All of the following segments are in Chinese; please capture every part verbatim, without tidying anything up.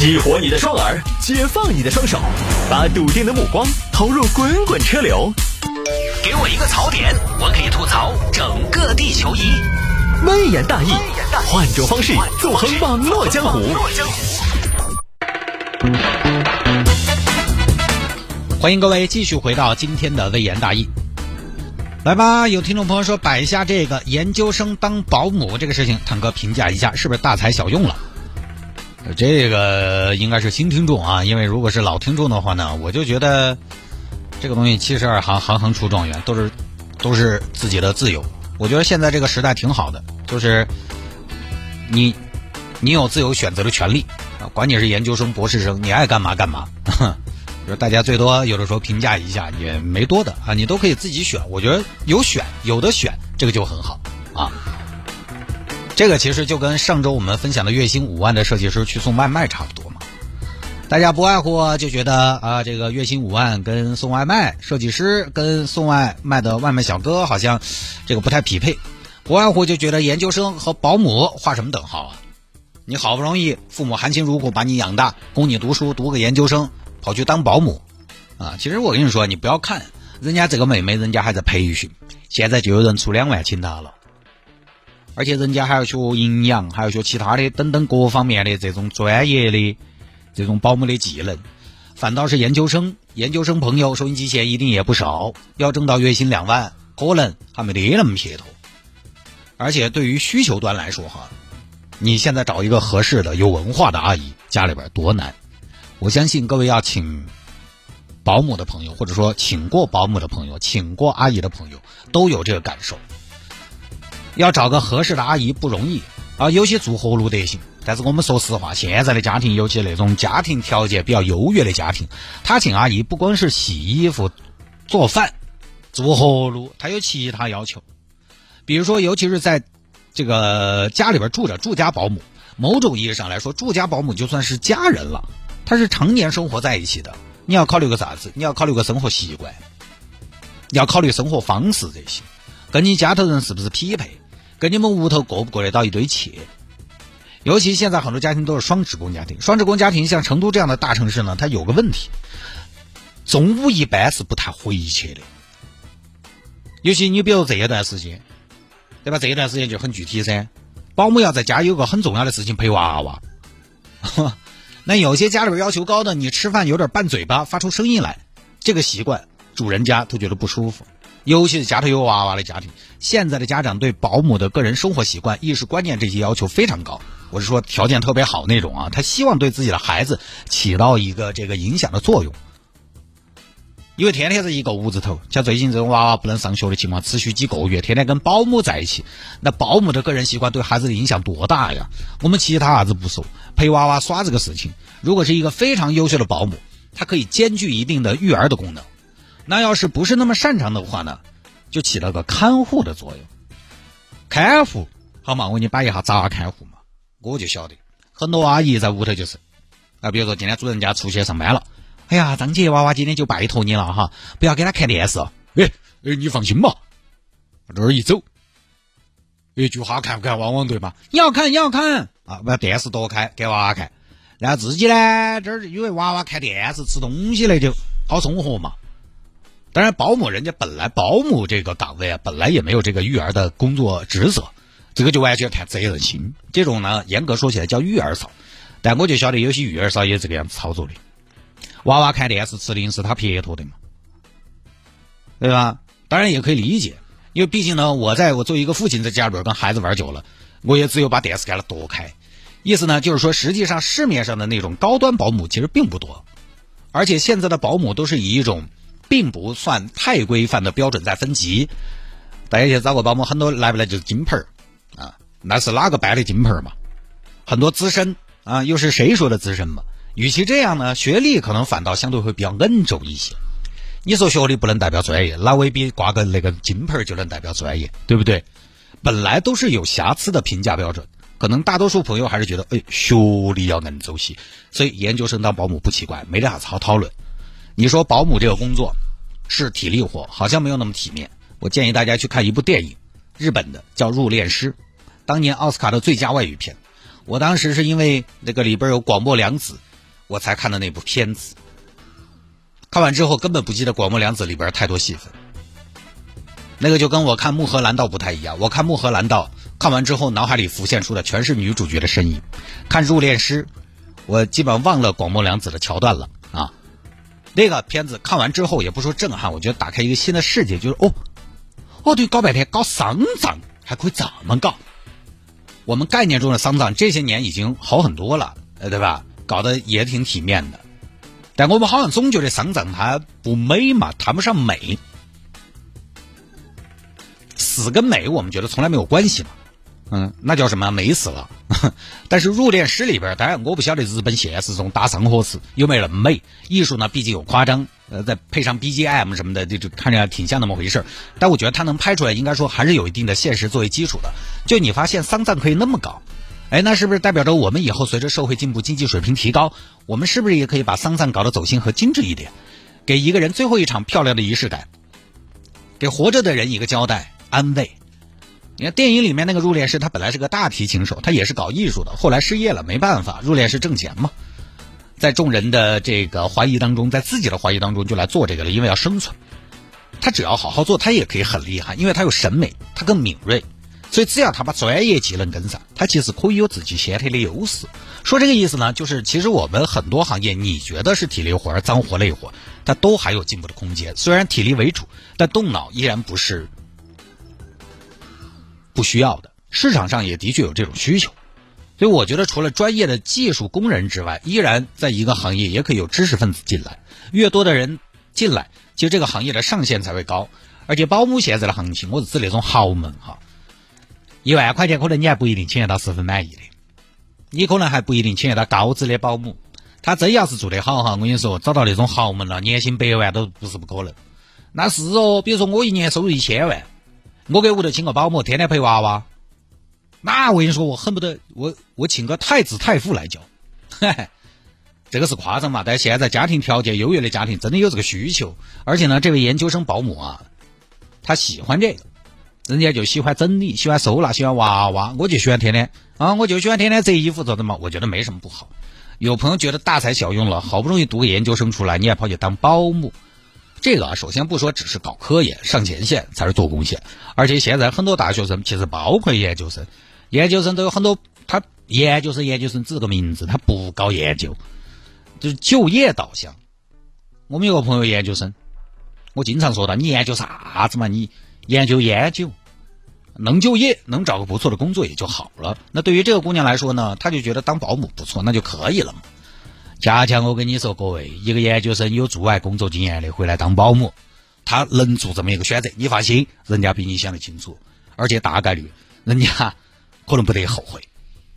激活你的双耳，解放你的双手，把笃定的目光投入滚滚车流。给我一个槽点，我可以吐槽整个地球仪。微言大义，换种方式纵横网络江湖。 欢迎各位继续回到今天的微言大义。来吧，有听众朋友说摆下这个研究生当保姆这个事情，坦哥评价一下是不是大材小用了？这个应该是新听众啊，因为如果是老听众的话呢，我就觉得这个东西七十二行，行行出状元，都是都是自己的自由。我觉得现在这个时代挺好的，就是你你有自由选择的权利啊，管你是研究生、博士生，你爱干嘛干嘛。就是大家最多有的时候评价一下，也没多的啊，你都可以自己选。我觉得有选有的选，这个就很好啊。这个其实就跟上周我们分享的月薪五万的设计师去送外卖差不多嘛。大家不外乎就觉得啊，这个月薪五万跟送外卖设计师跟送外卖的外卖小哥好像这个不太匹配，不外乎就觉得研究生和保姆画什么等号啊？你好不容易父母含辛茹苦把你养大，供你读书，读个研究生，跑去当保姆啊！其实我跟你说，你不要看人家这个妹妹，人家还在培训，现在就有人出两万请她了。而且人家还要学营养，还要学其他的等等各方面的这种专业的这种保姆的技能。反倒是研究生，研究生朋友收音机前一定也不少，要挣到月薪两万，可能还没得那么撇头。而且对于需求端来说哈，你现在找一个合适的有文化的阿姨，家里边多难。我相信各位要请保姆的朋友，或者说请过保姆的朋友，请过阿姨的朋友，都有这个感受。要找个合适的阿姨不容易啊，有些做活路得行。但是我们说实话，现在的家庭，尤其那种家庭条件比较优越的家庭，他请阿姨不光是洗衣服、做饭、做活路，他有其他要求。比如说，尤其是在这个家里边住着住家保姆，某种意义上来说，住家保姆就算是家人了，他是常年生活在一起的。你要考虑个啥子？你要考虑个生活习惯，你要考虑生活方式这些，跟你家头人是不是匹配？跟你们屋头过不过得到一堆钱？尤其现在很多家庭都是双职工家庭，双职工家庭像成都这样的大城市呢，它有个问题，中午一般是不太回去的。尤其你比如这一段时间，对吧？这一段时间就很具体噻，保姆要在家有个很重要的事情陪娃娃。那有些家里边要求高的，你吃饭有点拌嘴巴，发出声音来，这个习惯主人家都觉得不舒服。尤其是家头有娃娃的家庭，现在的家长对保姆的个人生活习惯、意识观念这些要求非常高。我是说条件特别好那种啊，他希望对自己的孩子起到一个这个影响的作用。因为天天在一个屋子头，像最近这种娃娃不能上学的情况持续几个月，天天跟保姆在一起，那保姆的个人习惯对孩子的影响多大呀？我们其他啥子不说，陪娃娃耍这个事情，如果是一个非常优秀的保姆，它可以兼具一定的育儿的功能。那要是不是那么擅长的话呢，就起了个看护的作用。看护好嘛，我给你摆一下咋看护嘛。我就晓得很多阿姨在屋头就是啊，比如说今天主人家出去上班了，哎呀，张姐娃娃今天就拜托你了哈，不要给他看电视。哎哎，你放心嘛，这儿一走，一句话看不看往往对吧？要看要看啊，把电视多开给娃娃看，然后自己呢这儿因为娃娃看电视吃东西了就好生活嘛。当然保姆人家本来保姆这个岗位啊，本来也没有这个育儿的工作职责，这个就完全看责任心。这种呢严格说起来叫育儿嫂，但我就晓得有些育儿嫂也这个样子操作的。娃娃看电视吃零食他撇脱的嘛，对吧？当然也可以理解，因为毕竟呢我在我作为一个父亲在家里边跟孩子玩久了，我也只有把电视给他躲开。意思呢就是说实际上市面上的那种高端保姆其实并不多，而且现在的保姆都是以一种并不算太规范的标准在分级。大家去找个保姆很多来不来就是金盆啊，那是哪个班的金盆嘛？很多资深啊，又是谁说的资深嘛？与其这样呢，学历可能反倒相对会比较恩重一些。你说学历不能代表专业，那未必挂个那个金盆就能代表专业，对不对？本来都是有瑕疵的评价标准，可能大多数朋友还是觉得哎，学历要能走些，所以研究生当保姆不奇怪，没得啥子好讨论。你说保姆这个工作是体力活，好像没有那么体面。我建议大家去看一部电影，日本的叫《入殓师》，当年奥斯卡的最佳外语片。我当时是因为那个里边有广末凉子我才看的那部片子。看完之后根本不记得广末凉子里边太多戏份，那个就跟我看《穆赫兰道》不太一样。我看《穆赫兰道》看完之后脑海里浮现出的全是女主角的身影，看《入殓师》我基本上忘了广末凉子的桥段了啊。那个片子看完之后也不说震撼，我觉得打开一个新的世界，就是哦哦对，搞半天搞丧葬还可以这么搞。我们概念中的丧葬这些年已经好很多了，呃对吧，搞得也挺体面的，但我们好像总觉得丧葬它不美嘛，谈不上美，死跟美我们觉得从来没有关系嘛，嗯，那叫什么美死了。但是入殓师里边，当然我不晓得日本现实中打丧火死有没有那么美，艺术呢毕竟有夸张，呃，再配上 B G M 什么的，就就看着挺像那么回事。但我觉得它能拍出来，应该说还是有一定的现实作为基础的。就你发现丧葬可以那么搞，哎，那是不是代表着我们以后随着社会进步、经济水平提高，我们是不是也可以把丧葬搞得走心和精致一点，给一个人最后一场漂亮的仪式感，给活着的人一个交代、安慰。你看电影里面那个入殓师，他本来是个大提琴手，他也是搞艺术的，后来失业了，没办法，入殓师挣钱嘛，在众人的这个怀疑当中，在自己的怀疑当中就来做这个了，因为要生存。他只要好好做，他也可以很厉害，因为他有审美，他更敏锐，所以只要他把专业技能跟上，他其实可以有自己先天的优势。说这个意思呢，就是其实我们很多行业，你觉得是体力活、脏活、累活，它都还有进步的空间。虽然体力为主，但动脑依然不是不需要的，市场上也的确有这种需求。所以我觉得除了专业的技术工人之外，依然在一个行业也可以有知识分子进来，越多的人进来，其实这个行业的上限才会高。而且保姆现在的行情，我是指那种豪门哈，一万块钱可能你还不一定请得到十分满意的，你可能还不一定请得到高质的保姆。他真要是做得好哈，我跟你说，找到那种豪门了，年薪百万都不是不可能。那是哦，比如说我一年收入一千万，我给屋头请个保姆，天天陪娃娃，那我跟你说，我恨不得我我请个太子太傅来教，嘿嘿，这个是夸张嘛？但现在家庭条件优越的家庭真的有这个需求，而且呢，这位研究生保姆啊，他喜欢这个，人家就喜欢整理，喜欢收纳，喜欢娃娃，我就喜欢天天啊，我就喜欢天天折衣服做的嘛，我觉得没什么不好。有朋友觉得大材小用了，好不容易读个研究生出来，你还跑去当保姆。这个啊，首先不说只是搞科研上前线才是做贡献，而且现在很多大学生，其实包括研究生，研究生都有很多，他研究生研究生只是个名字，他不搞研究，就是就业导向。我们有个朋友研究生，我经常说他，你研究啥子嘛？你研究研究，能就业，能找个不错的工作也就好了。那对于这个姑娘来说呢，她就觉得当保姆不错，那就可以了嘛。恰恰我跟你说，各位，一个研究生有驻外工作经验的回来当保姆，他能做这么一个选择，你放心，人家比你想得清楚，而且大概率人家可能不得后悔。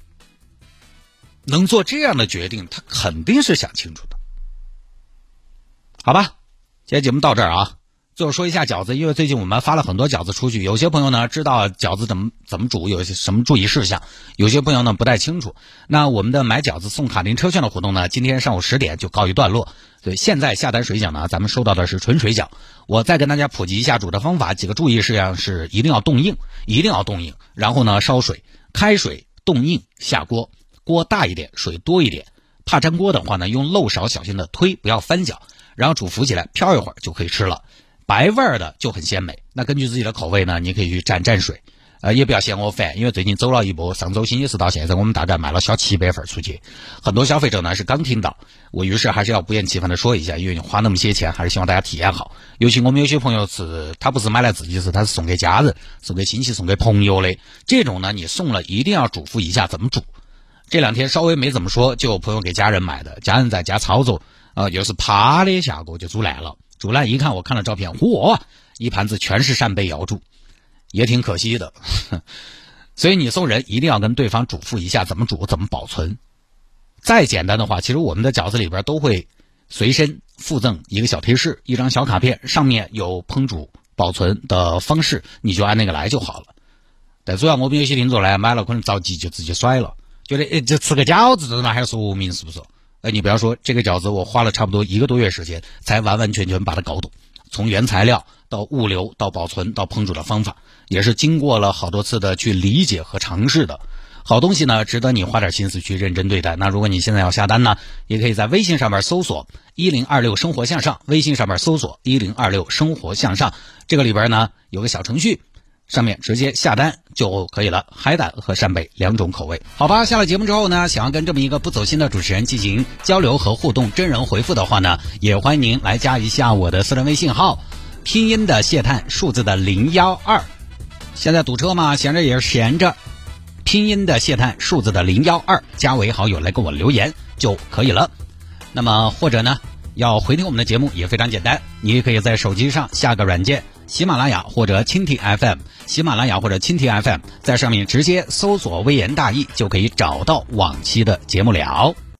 能做这样的决定，他肯定是想清楚的。好吧，今天节目到这儿啊。最后说一下饺子，因为最近我们发了很多饺子出去，有些朋友呢知道饺子怎么怎么煮，有些什么注意事项，有些朋友呢不太清楚。那我们的买饺子送卡丁车券的活动呢，今天上午十点就告一段落。所以现在下单水饺呢，咱们收到的是纯水饺。我再跟大家普及一下煮的方法，几个注意事项是一定要冻硬，一定要冻硬，然后呢烧水，开水冻硬下锅，锅大一点，水多一点。怕粘锅的话呢，用漏勺小心的推，不要翻搅，然后煮浮起来，飘一会儿就可以吃了。白味儿的就很鲜美，那根据自己的口味呢，你可以去蘸蘸水，呃，也不要嫌我烦，因为最近走了一波，上周星期四到现在，我们大概卖了小七百份出去，很多消费者呢是刚听到，我于是还是要不厌其烦的说一下，因为你花那么些钱，还是希望大家体验好。尤其我们有些朋友是，他不是买来自己吃，他是送给家人、送给亲戚、送给朋友的，这种呢，你送了一定要嘱咐一下怎么煮。这两天稍微没怎么说，就有朋友给家人买的，家人在家操作，呃，又是啪的下锅就煮烂了。煮烂一看，我看了照片，嚯，一盘子全是扇贝瑶柱，也挺可惜的。所以你送人一定要跟对方嘱咐一下怎么煮，怎么保存。再简单的话，其实我们的饺子里边都会随身附赠一个小贴士，一张小卡片，上面有烹煮保存的方式，你就按那个来就好了。但主要我们有些听众来买了，可能着急就直接甩了，觉得诶就吃个饺子，这嘛还要说明是不是？哎，你不要说这个饺子，我花了差不多一个多月时间才完完全全把它搞懂，从原材料到物流到保存到烹煮的方法，也是经过了好多次的去理解和尝试的。 好东西呢，值得你花点心思去认真对待。那如果你现在要下单呢，也可以在微信上面搜索一零二六生活向上，微信上面搜索一零二六生活向上，这个里边呢有个小程序，上面直接下单就可以了，海胆和扇贝两种口味。好吧，下了节目之后呢，想要跟这么一个不走心的主持人进行交流和互动，真人回复的话呢，也欢迎您来加一下我的私人微信号，拼音的谢探，数字的零一二。现在堵车嘛，闲着也是闲着，拼音的谢探，数字的零一二，加为好友来跟我留言就可以了。那么或者呢，要回听我们的节目也非常简单，你也可以在手机上下个软件，喜马拉雅或者蜻蜓 F M， 喜马拉雅或者蜻蜓 F M， 在上面直接搜索微言大义就可以找到往期的节目了。